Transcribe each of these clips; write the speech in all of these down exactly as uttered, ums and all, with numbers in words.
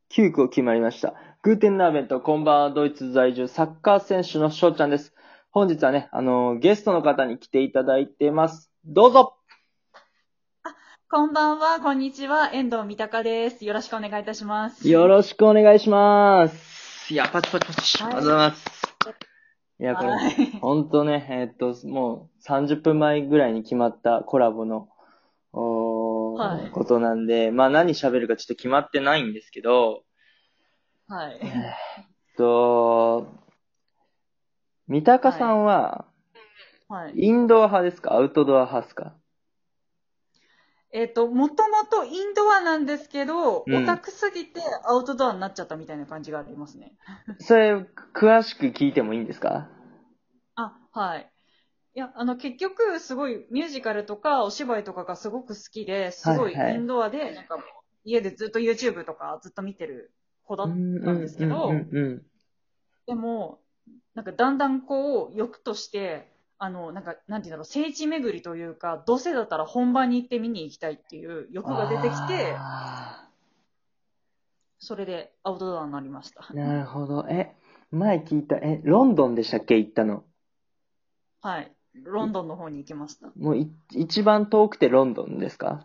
急遽決まりました。グーテンナーベント、こんばんは、ドイツ在住サッカー選手の翔ちゃんです。本日はね、あのー、ゲストの方に来ていただいてます。どうぞ。 あ、こんばんは、こんにちは、遠藤三鷹です。よろしくお願いいたします。 よろしくお願いします。いや、パチパチパチ。ありがとうございます。いや、これ、 はい。 ほんとね、えーっと、もうさんじゅっぷんまえぐらいに決まったコラボの、おー、 はい。 ことなんで、まあ何喋るかちょっと決まってないんですけど、 はい。 えーっと、三鷹さはい。 んは、 はい。 インドア派ですかアウトドア派ですか？ えっと、もともとインドアなんですけど、オタうん。 クすぎてアウトドアになっちゃったみたいな感じがありますね。 それ、詳しく聞いてもいいんですか？ あ、はい。いや、あの、結局、すごいミュージカルとかお芝居とかがすごく好きで、すごいインはいはい。 ドアで、なんか、家でずっと YouTube とかずっと見てる子だうったんですんうんうんけど、 うんうん。 でも、なんかだんだんこう、欲として、あの、なんか、なんていうんだろう、聖地巡りというか、どうせだったら本場に行って見に行きたいっていう欲が出てきて、 あそれでアウトドアになりました。 ー、なるほど。え、前聞いた、え、ロンドンでしたっけ行ったの？ はい。ロいンドンの方に行きました。 もうい、一番遠くてロンドンですか？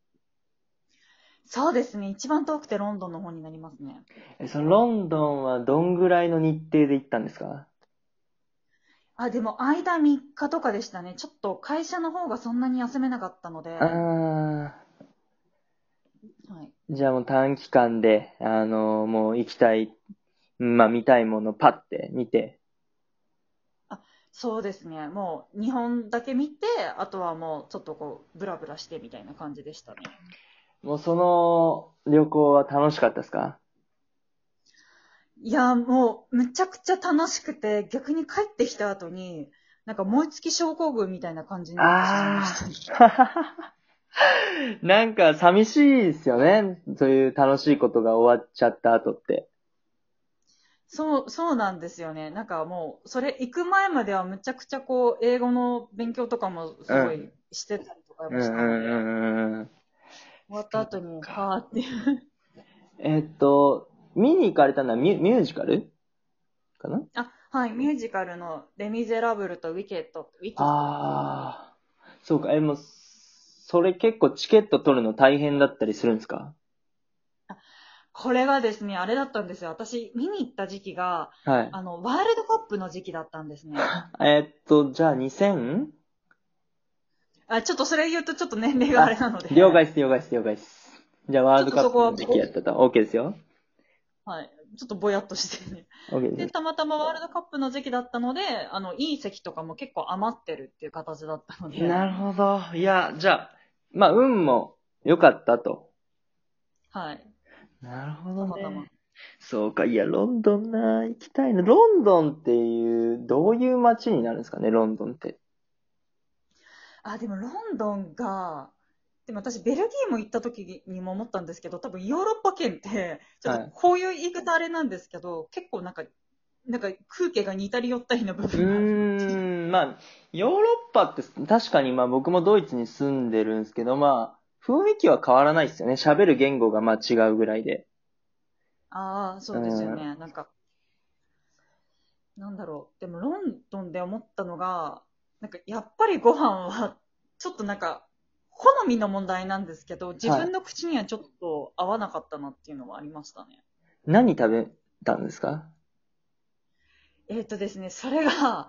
そうですね。一番遠くてロンドンの方になりますね。 え、そのロンドンはどんぐらいの日程で行ったんですか？ あ、でも間みっかとかでしたね。ちょっと会社の方がそんなに休めなかったので、 あはー、 い。 じゃあもう短期間で、あのもう行きたい、まあ見たいものパッて見て、 あ、そうですね。もう日本だけ見て、あとはもうちょっとこう、ブラブラしてみたいな感じでしたね。 もうその旅行は楽しかったですか？ いや、もう、むちゃくちゃ楽しくて、逆に帰ってきた後に、なんか燃え尽き症候群みたいな感じになってしまいましたあね。 あ。なんか寂しいですよね。そういう楽しいことが終わっちゃった後って。 そう、そうなんですよね。なんかもう、それ行く前まではむちゃくちゃこう、英語の勉強とかもすごいうん。 してたりとかうんうもしたので、 んうんうん。 終わったそっ後に、 か。 はーっていう。 えっと、見に行かれたのはミュ、ミュージカルかな？ あ、はい、ミュージカルのレ・ミゼラブルとウィケット、ウィキッドっていうのを、 ああー。そうか。え、もう、それ結構チケット取るの大変だったりするんですか？ これがですね、あれだったんですよ。私、見に行った時期が、 はい。 あの、ワールドカップの時期だったんですね。 えっと、じゃあにせん？ あ、ちょっとそれ言うとちょっと年齢があれあ、 なので、 了解です、了解です、了解です。じゃあワーちょっとそこは、 ルドカップの時期やったと。OK ですよ。 はい。ちょっとぼやっとしてね。 OK でで、 す。 たまたまワールドカップの時期だったので、あの、いい席とかも結構余ってるっていう形だったので、 なるほど。いや、じゃあ、まあ、運も良かったと。 はい。 なるほたまたま。 どね。そうか。いや、ロンドンな、行きたいな。ロンドンっていう、どういう街になるんですかね、ロンドンって。 あ、でもロンドンが、でも私ベルギーも行った時にも思ったんですけど、多分ヨーロッパ圏って、ちょっとはい。 こういう言い方あれなんですけど、結構なんか、なんか空気が似たり寄ったりな部う分があるっていう。 ーん、まあ、ヨーロッパって確かにまあ僕もドイツに住んでるんですけど、まあ、雰囲気は変わらないですよね。喋る言語がまあ違うぐらいで。 ああ、 うそうですよん。 ね。なんか、なんだろう。でもロンドンで思ったのが、なんかやっぱりご飯は、ちょっとなんか、好みの問題なんですけど、自はい。 分の口にはちょっと合わなかったなっていうのはありましたね。 何食べたんですか？ えっ、とですね、それが、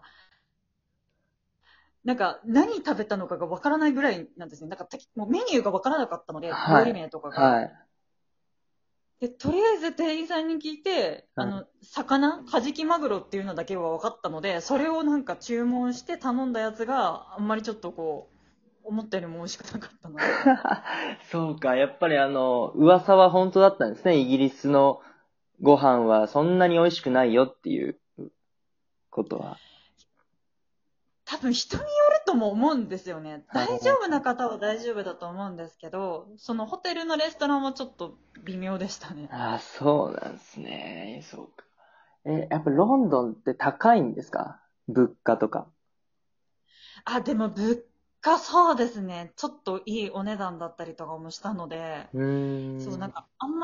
なんか何食べたのかがわからないぐらいなんですね。なんかてもうメニューがわからなかったので、料理はい。 名とかが。 はい。 で、とりあえず店員さんに聞いて、あはい。 の、魚、カジキマグロっていうのだけは分かったので、それをなんか注文して頼んだやつがあんまりちょっとこう、思ったよりも美味しくなかったなっていうのは。 そうか、やっぱりあの、噂は本当だったんですね。イギリスのご飯はそんなに美味しくないよっていうことは。 多分人によるとも思うんですよね。大丈夫な方は大丈夫だと思うんですけど、そのホテルのレストランはちょっと微妙でしたね。 ああ、そうなんですね。そうか。え、やっぱロンドンって高いんですか？物価とか。 あ、でも物価そうですね。ちょっといいお値段だったりとかもしたので、 うーそう、なん。 んかあんま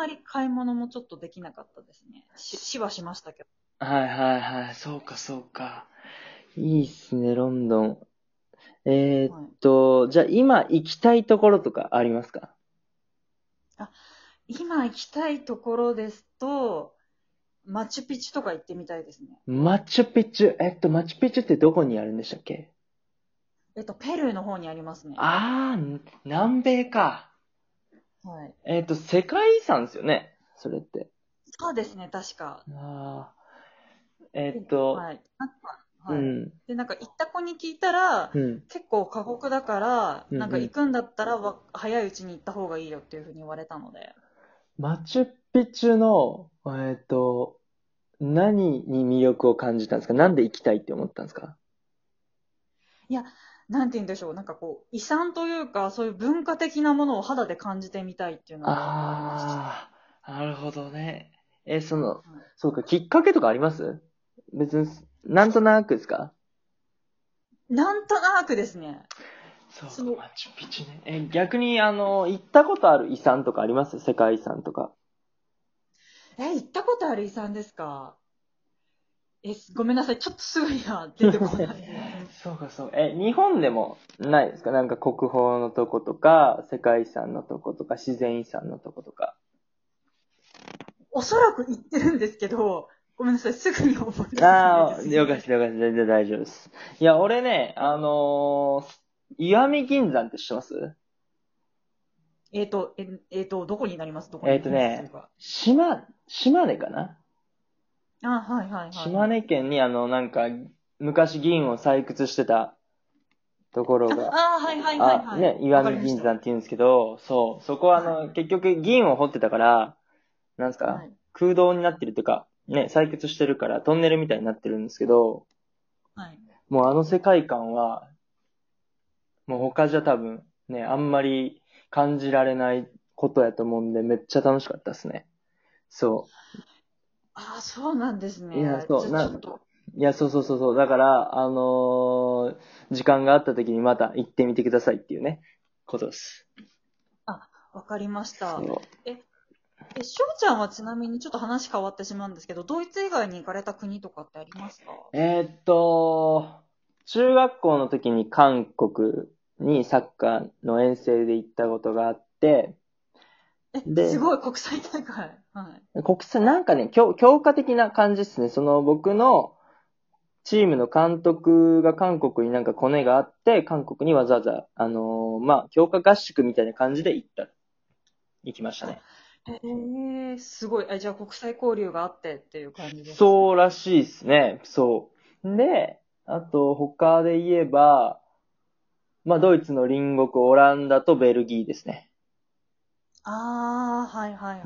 まり買い物もちょっとできなかったですね。し、しはしましたけど。 はいはいはい。そうかそうか。いいっすね、ロンドン。えーっはい。 と、じゃあ今行きたいところとかありますか？ あ、今行きたいところですと、マチュピチュとか行ってみたいですね。 マチュピチュ、えっと、マチュピチュってどこにあるんでしたっけ？ えっと、ペルーの方にありますね。 あー、南米か。 はい。 えっと、世界遺産ですよね、それって。 そうですね、確か。 あー、えでっと、 はい。なんか、はい。 うん、 で、なんか行った子に聞いたら、 うん、 結構過酷だから、 うん、 なんかうん。 行くんだったらわ早いうちに行った方がいいよっていうふうに言われたので。 マチュピチュの、えっと、何に魅力を感じたんですか？なんで行きたいって思ったんですか？ いや、なんて言うんでしょう。なんかこう、遺産というか、そういう文化的なものを肌で感じてみたいっていうのがありました。 あー、なるほどね。え、その、 はい、 そうか、きっかけとかあります？別に、なんとなくですか？ なんとなくですね。 そうか、 その、 マチュピチュね。え、逆に、あの、行ったことある遺産とかあります？世界遺産とか。 え、行ったことある遺産ですか？え、ごめんなさい。ちょっとすぐには出てこないです。 そうか、そう。え、日本でもないですか？なんか国宝のとことか、世界遺産のとことか、自然遺産のとことか。 おそらく行ってるんですけど、ごめんなさい。すぐに思い出せないでああ、 す。 了解です、了解です。全然大丈夫です。いや、俺ね、あのー、石見銀山って知ってます？ えっと、え、えっと、どこになりますどこえっになりますというとね、 か。 島、島根かな？ あ、はいはいはい島はい。 根県にあの、なんか、昔銀を採掘してたところあ、 が、 あはいはいはいあ、 はい。 ね、石見銀わかりました。 山って言うんですけど、そう、そこはあはい。 の、結局銀を掘ってたから、なんですか、 はい。 空洞になってるっていうか、ね、採掘してるからトンネルみたいになってるんですけど、 はい。 もうあの世界観は、もう他じゃ多分、ね、あんまり感じられないことやと思うんで、めっちゃ楽しかったですね。そああ、そうなんですう。いや、 ね。 そう、 じゃあちょな、 っと、 いや、そうそうそうそう。だから、あのー時間があった時にまた行ってみてくださいっていうね、ことです。 あ、わかりました。 そう。 え、え、しょうちゃんはちなみにちょっと話変わってしまうんですけど、ドイツ以外に行かれた国とかってありますか？ えーっと、中学校の時に韓国にサッカーの遠征で行ったことがあって、 え、すで、 ごい国際大会。はい。 国際、なんかね、強、強化的な感じですね。その僕のチームの監督が韓国になんかコネがあって、韓国にわざわざ、あのーまあ、強化合宿みたいな感じで行った、行きましたあ、 ね。 へえ、すごい。え、じゃあ国際交流があってっていう感じですね。 そうらしいですね。そう。で、あと他で言えば、まあ、ドイツの隣国オランダとベルギーですね。 ああ、はいはいうん。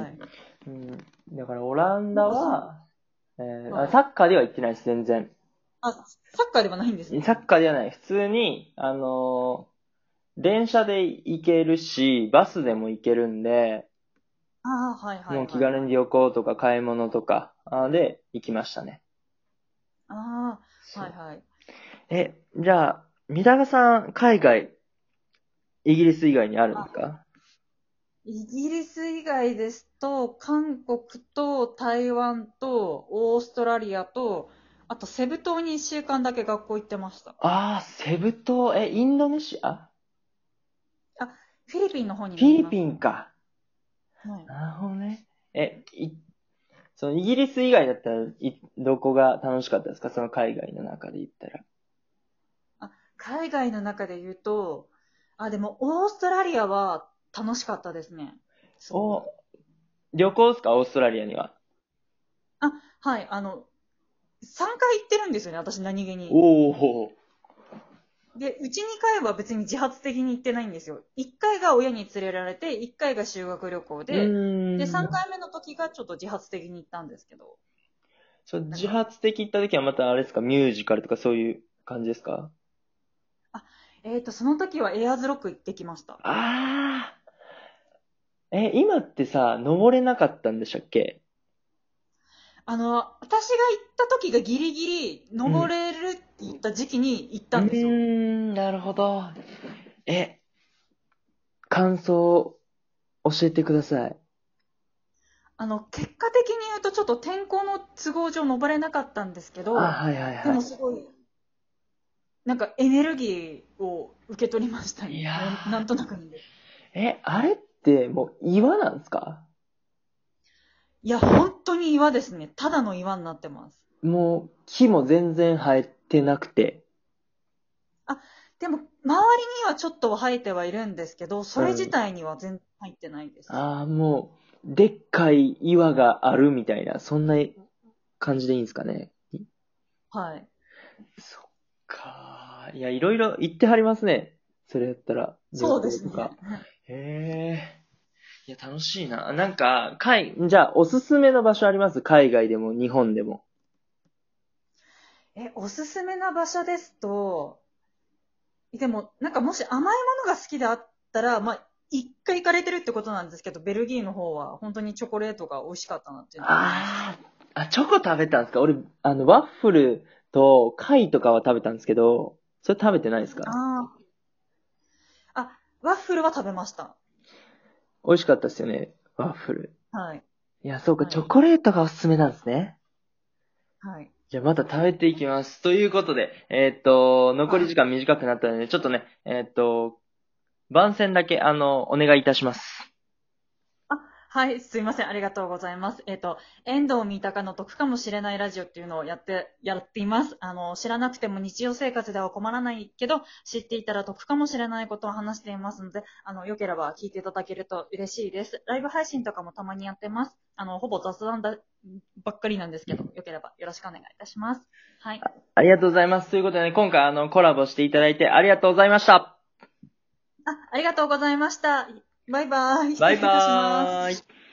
はいはい。 うん、だからオランダなんかそ、 は、えーあはい。 サッカーでは行ってないです、全然。 あ、サッカーではないんですね。 サッカーではない。普通に、あのー電車で行けるし、バスでも行けるんで、 ああ、はいはもういはいはい。 気軽に旅行とか買い物とか、あで行きましたね。 ああ、 そう。 はいはい。 え、じゃあ、三鷹さん、海外、イギリス以外にあるんですあ、 か？ イギリス以外ですと、韓国と台湾とオーストラリアと、あとセブ島にいっしゅうかんだけ学校行ってました。 ああー、セブ島、え、インドネシア？ あ、フィリピンの方にフィリなります。 ピンか。 はい。 なるほどね。え、い、そのイギリス以外だったら、い、どこが楽しかったですか？その海外の中で言ったら。 あ、海外の中で言うと、あ、でもオーストラリアは楽しかったですね。すごお、 く。 旅行ですか？オーストラリアには。 あ、はい、あの、さんかい行ってるんですよね、私何気に。 おお。 で、うちにかいは別に自発的に行ってないんですよ。いっかいが親に連れられて、いっかいが修学旅行うで、で、3 ーん。 回目の時がちょっと自発的に行ったんですけど、 そう、自なんか、 発的行った時はまたあれですか？ミュージカルとかそういう感じですか？ あ、えっと、その時はエアーズロック行ってきました。 ああー。え、今ってさ、登れなかったんでしたっけ？ あの、私が行った時がギリギリうん。 登れるって言った時期に行っうたんですよ。 ーん、なるほど。え、感想教えてください。 あの、結果的に言うとちょっと天候の都合上登れなかったんですけど、 あ、はいはいではい。 もすごい、なんかエネルギーを受け取りましたね。 いやーななんとなくね。 え、あれってもう岩なんですか？ いや、本当に岩ですね。ただの岩になってます。 もう木も全然生えてなくて。 あ、でも、周りにはちょっとは生えてはいるんですけど、それ自うん。 体には全然入ってないです。 ああ、もう、でっかい岩があるみたいな、そんな感じでいいんですかね。 はい。 そっかー。いや、いろいろ言ってはりますね。それやったら、旅そうですね。 行とか。へえ。いや、楽しいな。なんか、海、じゃあ、おすすめの場所あります？海外でも、日本でも。 え、おすすめな場所ですと、でも、なんかもし甘いものが好きであったら、まあ、一回行かれてるってことなんですけど、ベルギーの方は本当にチョコレートが美味しかったなっていうのは思います。 ああ、あ、チョコ食べたんですか？俺、あの、ワッフルと貝とかは食べたんですけど、それ食べてないですか？ ああ。あ、ワッフルは食べました。 美味しかったですよね、ワッフル。 はい。 いや、そうか、チョはい。 コレートがおすすめなんですね。 はい。 じゃあまた食べていきます。ということで、えーっと、残り時間短くなったので、ちょっとね、えーっと、番宣だけ、あの、お願いいたします。 あ、はい、すいません。ありがとうございます。えっと、遠藤三鷹の得かもしれないラジオっていうのをやって、やっています。あの、知らなくても日常生活では困らないけど、知っていたら得かもしれないことを話していますので、あの、よければ聞いていただけると嬉しいです。ライブ配信とかもたまにやってます。あの、ほぼ雑談だ、ばっかりなんですけど、よければよろしくお願いいたします。はい。 ありがとうございます。ということでね、今回あの、コラボしていただいてありがとうございました。 あ、ありがとうございました。バイバイ。失バイ礼いたします。 バーイ。